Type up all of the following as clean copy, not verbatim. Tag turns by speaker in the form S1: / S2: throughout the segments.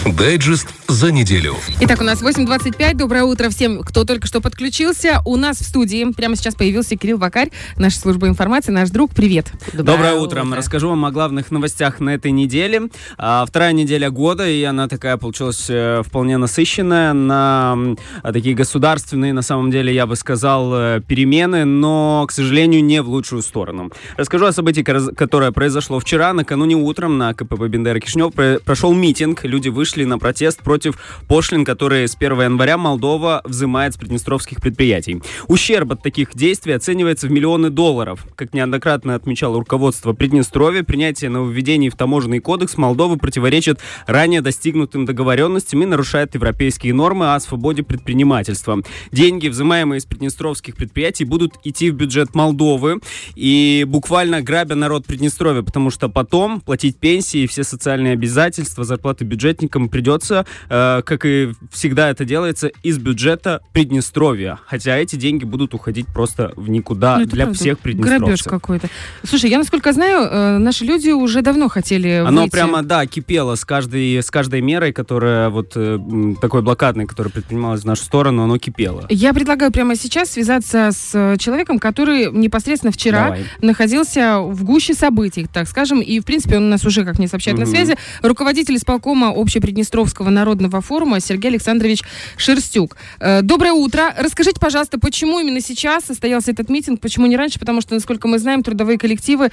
S1: Дайджест за неделю.
S2: Итак, у нас 8:25. Доброе утро всем, кто только что подключился. У нас в студии прямо сейчас появился Кирилл Вакарь, наша служба информации, наш друг. Привет.
S3: Доброе утро. Расскажу вам о главных новостях на этой неделе. Вторая неделя года, и она такая получилась вполне насыщенная на такие государственные, на самом деле, я бы сказал, перемены, но, к сожалению, не в лучшую сторону. Расскажу о событии, которое произошло вчера. Накануне утром на КПП Бендера-Кишинев прошел митинг. Люди вышли на протест против пошлин, которые с 1 января Молдова взимает с приднестровских предприятий. Ущерб от таких действий оценивается в миллионы долларов. Как неоднократно отмечало руководство Приднестровья, принятие нововведений в таможенный кодекс Молдовы противоречит ранее достигнутым договоренностям и нарушает европейские нормы о свободе предпринимательства. Деньги, взимаемые из приднестровских предприятий, будут идти в бюджет Молдовы и буквально грабя народ Приднестровья, потому что потом платить пенсии и все социальные обязательства, зарплаты бюджетникам придется, как и всегда это делается, из бюджета Приднестровья. Хотя эти деньги будут уходить просто в никуда для
S2: правда,
S3: всех приднестровцев.
S2: Грабеж какой-то. Слушай, я, насколько знаю, наши люди уже давно хотели
S3: Оно
S2: выйти.
S3: прямо, да, кипело с каждой мерой, которая вот такой блокадной, которая предпринималась в нашу сторону, оно кипело.
S2: Я предлагаю прямо сейчас связаться с человеком, который непосредственно вчера находился в гуще событий, так скажем, и, в принципе, он у нас уже, как мне сообщают, на связи. Руководитель исполкома Общеприднестровского народного форума Сергей Александрович Шерстюк. Доброе утро. Расскажите, пожалуйста, почему именно сейчас состоялся этот митинг, почему не раньше? Потому что, насколько мы знаем, трудовые коллективы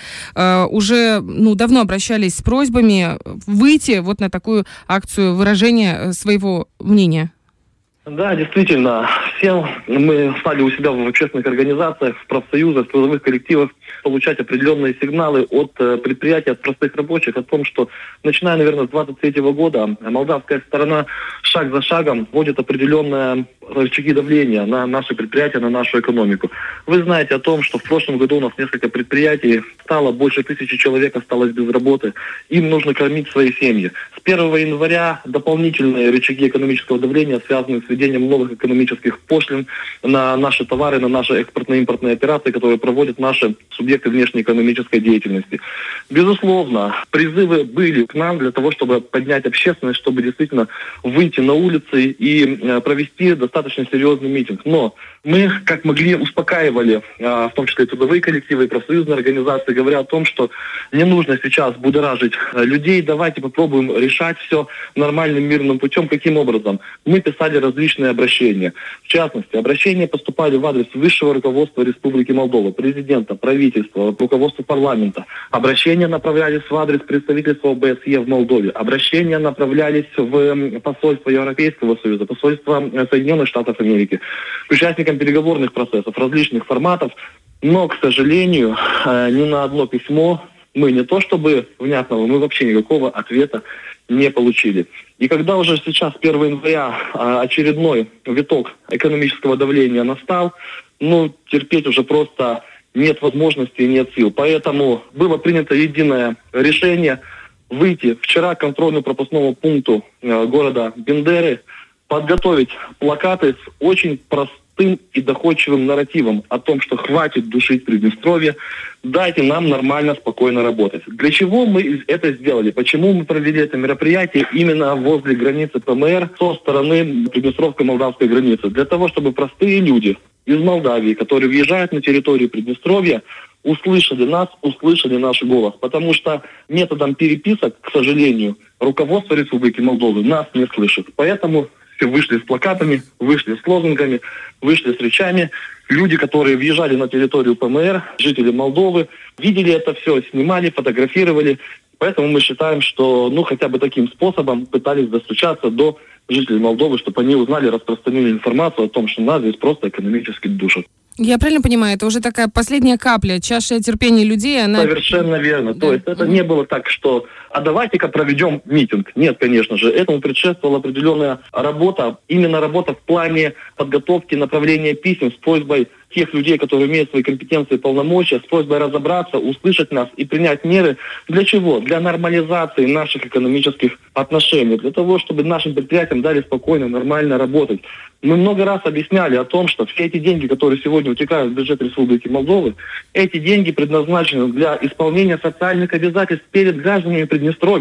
S2: уже давно обращались с просьбами выйти вот на такую акцию выражения своего мнения.
S4: Да, действительно, все мы стали у себя в общественных организациях, в профсоюзах, в трудовых коллективах получать определенные сигналы от предприятий, от простых рабочих о том, что начиная, наверное, с 2023 года молдавская сторона шаг за шагом вводит определенные рычаги давления на наши предприятия, на нашу экономику. Вы знаете о том, что в прошлом году у нас несколько предприятий стало, больше 1000 человек осталось без работы. Им нужно кормить свои семьи. С 1 января дополнительные рычаги экономического давления, связанные с введением новых экономических пошлин на наши товары, на наши экспортно-импортные операции, которые проводят наши субъекты внешнеэкономической деятельности. Безусловно, призывы были к нам для того, чтобы поднять общественность, чтобы действительно выйти на улицы и провести достаточно серьезный митинг. Но мы, как могли, успокаивали, в том числе трудовые коллективы и профсоюзные организации, говоря о том, что не нужно сейчас будоражить людей, давайте попробуем решать все нормальным мирным путем. Каким образом? Мы писали различные обращения. В частности, обращения поступали в адрес высшего руководства Республики Молдова, президента, правительства, руководства парламента. Обращения направлялись в адрес представительства ОБСЕ в Молдове. Обращения направлялись в посольство Европейского Союза, посольство Соединенных Штатов Америки, к участникам переговорных процессов различных форматов. Но, к сожалению, ни на одно письмо мы не то чтобы внятного, мы вообще никакого ответа не получили. И когда уже сейчас, 1 января, очередной виток экономического давления настал, терпеть уже просто нет возможности и нет сил. Поэтому было принято единое решение выйти вчера к контрольно-пропускному пункту города Бендеры, подготовить плакаты с очень простым и доходчивым нарративом о том, что хватит душить Приднестровье, дайте нам нормально, спокойно работать. Для чего мы это сделали? Почему мы провели это мероприятие именно возле границы ПМР со стороны Приднестровско-молдавской границы? Для того, чтобы простые люди из Молдавии, которые въезжают на территорию Приднестровья, услышали нас, услышали наш голос. Потому что методом переписок, к сожалению, руководство Республики Молдовы нас не слышит. Поэтому вышли с плакатами, вышли с лозунгами, вышли с речами. Люди, которые въезжали на территорию ПМР, жители Молдовы, видели это все, снимали, фотографировали. Поэтому мы считаем, что хотя бы таким способом пытались достучаться до жителей Молдовы, чтобы они узнали, распространили информацию о том, что нас здесь просто экономически душат.
S2: Я правильно понимаю, это уже такая последняя капля, чаша терпения людей, она...
S4: Совершенно верно.
S2: Да.
S4: То есть это не было так, что давайте-ка проведем митинг. Нет, конечно же. Этому предшествовала определенная работа, именно работа в плане подготовки направления писем с просьбой тех людей, которые имеют свои компетенции и полномочия, с просьбой разобраться, услышать нас и принять меры. Для чего? Для нормализации наших экономических отношений, для того, чтобы нашим предприятиям дали спокойно, нормально работать. Мы много раз объясняли о том, что все эти деньги, которые сегодня утекают в бюджет Республики Молдовы, эти деньги предназначены для исполнения социальных обязательств перед гражданами Приднестровья.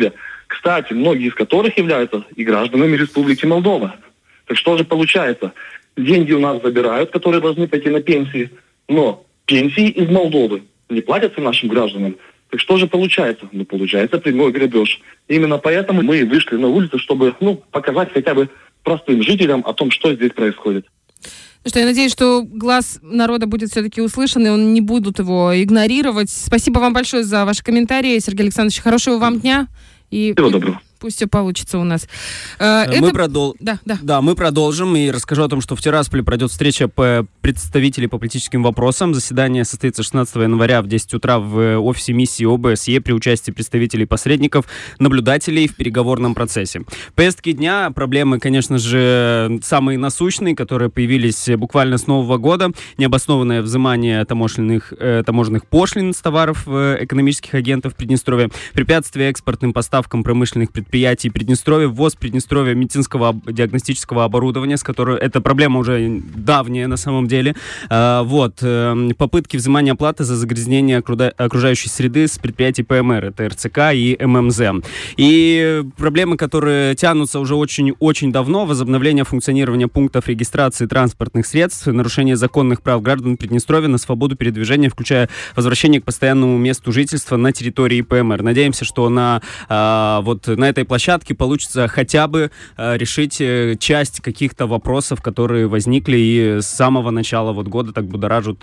S4: кстати, многие из которых являются и гражданами Республики Молдова. Так что же получается? Деньги у нас забирают, которые должны пойти на пенсии, но пенсии из Молдовы не платятся нашим гражданам. Так что же получается? Получается прямой грабеж. Именно поэтому мы вышли на улицу, чтобы показать хотя бы простым жителям о том, что здесь происходит.
S2: Я надеюсь, что глаз народа будет все-таки услышан, и он не будут его игнорировать. Спасибо вам большое за ваши комментарии, Сергей Александрович. Хорошего вам дня. И
S4: всего доброго.
S2: Пусть все получится у нас.
S3: Мы продолжим и расскажу о том, что в Тирасполе пройдет встреча представителей по политическим вопросам. Заседание состоится 16 января в 10 утра в офисе миссии ОБСЕ при участии представителей посредников, наблюдателей в переговорном процессе. В повестке дня проблемы, конечно же, самые насущные, которые появились буквально с Нового года. Необоснованное взимание таможенных пошлин с товаров экономических агентов Приднестровья, препятствия экспортным поставкам промышленных предприятий Приднестровья, ввоз в Приднестровье медицинского диагностического оборудования, с которой эта проблема уже давняя на самом деле. Попытки взимания оплаты за загрязнение окружающей среды с предприятий ПМР, это РЦК и ММЗ. И проблемы, которые тянутся уже очень-очень давно: возобновление функционирования пунктов регистрации транспортных средств, нарушение законных прав граждан Приднестровья на свободу передвижения, включая возвращение к постоянному месту жительства на территории ПМР. Надеемся, что на этой площадке получится хотя бы решить часть каких-то вопросов, которые возникли и с самого начала года так будоражат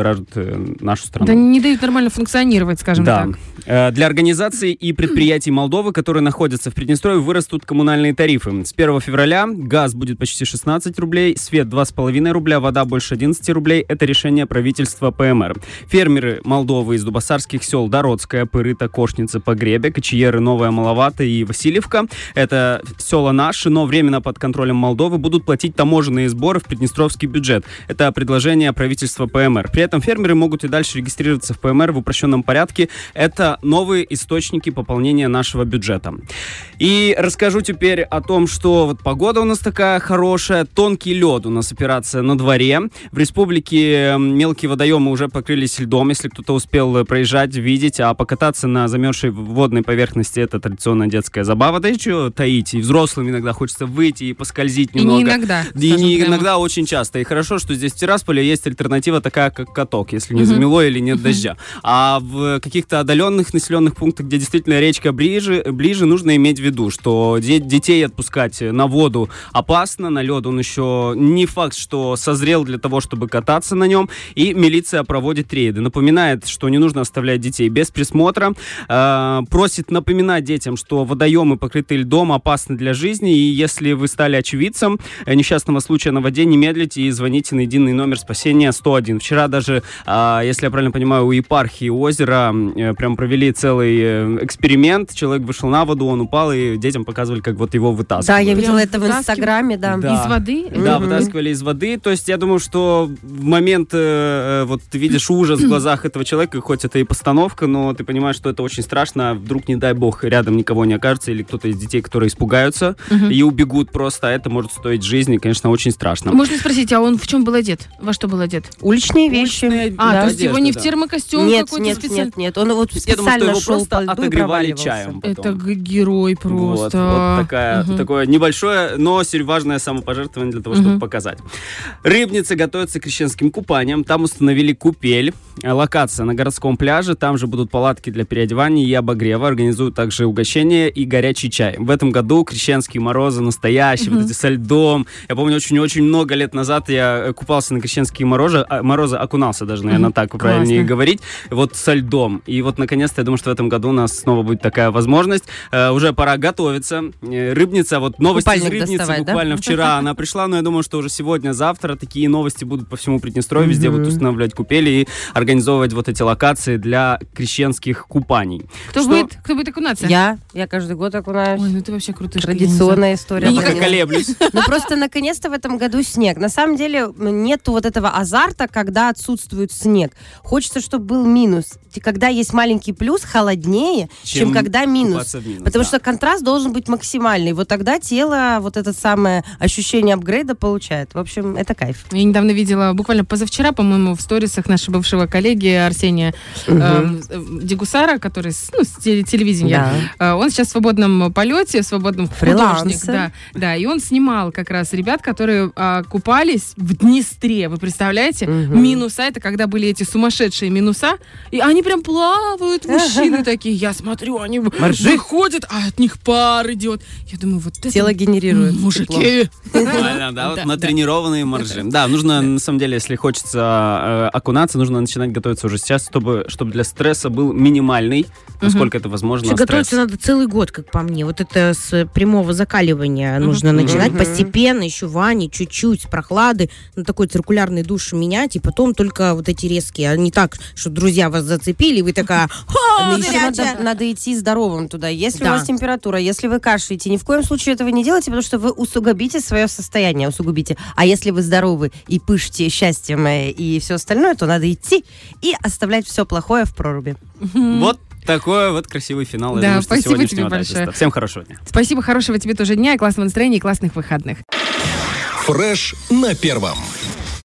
S3: нашу страну.
S2: Да не дают нормально функционировать, скажем так.
S3: Для организаций и предприятий Молдовы, которые находятся в Приднестровье, вырастут коммунальные тарифы. С 1 февраля газ будет почти 16 рублей, свет 2,5 рубля, вода больше 11 рублей. Это решение правительства ПМР. Фермеры Молдовы из дубасарских сел Дородская, Пырыта, Кошница, Погребе, Кочиеры, Новая Маловата и Васильевка. Это села наши, но временно под контролем Молдовы, будут платить таможенные сборы в приднестровский бюджет. Это предложение правительства ПМР. При этом фермеры могут и дальше регистрироваться в ПМР в упрощенном порядке. Это новые источники пополнения нашего бюджета. И расскажу теперь о том, что погода у нас такая хорошая, тонкий лед у нас операция на дворе. В республике мелкие водоемы уже покрылись льдом, если кто-то успел проезжать, видеть, а покататься на замерзшей водной поверхности — это традиционная детская забава. Да и что таить? И взрослым иногда хочется выйти и поскользить немного.
S2: И не иногда.
S3: И не иногда, очень часто. И хорошо, что здесь в Тирасполе есть альтернатива такая, как каток, если не замело или нет дождя. А в каких-то отдаленных населенных пунктах, где действительно речка ближе, нужно иметь в виду, что детей отпускать на воду опасно, на лед он еще не факт, что созрел для того, чтобы кататься на нем, и милиция проводит рейды. Напоминает, что не нужно оставлять детей без присмотра, просит напоминать детям, что водоемы, покрытые льдом, опасны для жизни, и если вы стали очевидцем несчастного случая на воде, не медлите и звоните на единый номер спасения 101. Вчера даже, если я правильно понимаю, у епархии озера прям провели целый эксперимент. Человек вышел на воду, он упал, и детям показывали, как его вытаскивают.
S5: Да, я видела это в Инстаграме, да.
S2: Из воды?
S3: Да, вытаскивали из воды. То есть я думаю, что в момент ты видишь ужас в глазах этого человека, хоть это и постановка, но ты понимаешь, что это очень страшно. Вдруг, не дай бог, рядом никого не окажется, или кто-то из детей, которые испугаются и убегут просто. Это может стоить жизни, конечно, очень страшно.
S2: Можно спросить, а он в чем был одет? Во что был одет?
S5: Уличные вещи.
S2: То есть его не в термокостюм какой-то специальный?
S5: Нет. Он специально шел по льду и
S3: отогревали чаем.
S2: Это герой просто.
S3: Вот такое небольшое, но важное самопожертвование для того, чтобы показать. Рыбницы готовятся к крещенским купаниям. Там установили купель. Локация на городском пляже. Там же будут палатки для переодевания и обогрева. Организуют также угощения и горячий чай. В этом году крещенские морозы настоящие, вот эти со льдом. Я помню, очень-очень много лет назад я купался на крещенские морозы, окунался даже, наверное, так правильнее говорить, со льдом. И наконец-то, я думаю, что в этом году у нас снова будет такая возможность. Уже пора готовиться. Рыбница, новости из Рыбницы буквально вчера она пришла, но я думаю, что уже сегодня-завтра такие новости будут по всему Приднестровью, везде будут устанавливать купели и организовывать эти локации для крещенских купаний.
S2: Кто будет окунаться?
S5: Я каждый год окунаюсь.
S2: Ой, ты вообще крутышка.
S5: Традиционная история.
S3: Я пока колеблюсь.
S5: Просто наконец-то в этом году снег. На самом деле нету этого азарта, когда отсутствует снег. Хочется, чтобы был минус. Когда есть маленький плюс, холоднее, чем когда минус. Потому что контраст должен быть максимальный. Тогда тело это самое ощущение апгрейда получает. В общем, это кайф.
S2: Я недавно видела, буквально позавчера, по-моему, в сторисах нашего бывшего коллеги Арсения Дегусара, который с телевидения. Да. Он сейчас свободно свободном полете, в свободном художник. Да, и он снимал как раз ребят, которые купались в Днестре. Вы представляете? Минуса, это когда были эти сумасшедшие минуса, и они прям плавают, мужчины такие. Я смотрю, они выходят, а от них пар идет. Я думаю, вот это...
S5: Тело генерирует.
S2: Мужики.
S3: Натренированные моржи. Да, нужно, на самом деле, если хочется окунаться, нужно начинать готовиться уже сейчас, чтобы для стресса был минимальный, насколько это возможно.
S6: Готовиться надо целый год, как по мне. Вот это с прямого закаливания нужно начинать постепенно, еще ванне, чуть-чуть, с прохлады, на такой циркулярный душ менять, и потом только вот эти резкие, а не так, что друзья вас зацепили, и вы такая...
S5: Надо идти здоровым туда. Если у вас температура, если вы кашляете, ни в коем случае этого не делайте, потому что вы усугубите свое состояние, А если вы здоровы и пышете счастьем и все остальное, то надо идти и оставлять все плохое в проруби.
S3: Вот такой вот красивый финал.
S2: Да, спасибо тебе большое.
S3: Всем хорошего дня.
S2: Спасибо, хорошего тебе тоже дня, классного настроения и классных выходных.
S1: Фреш на первом.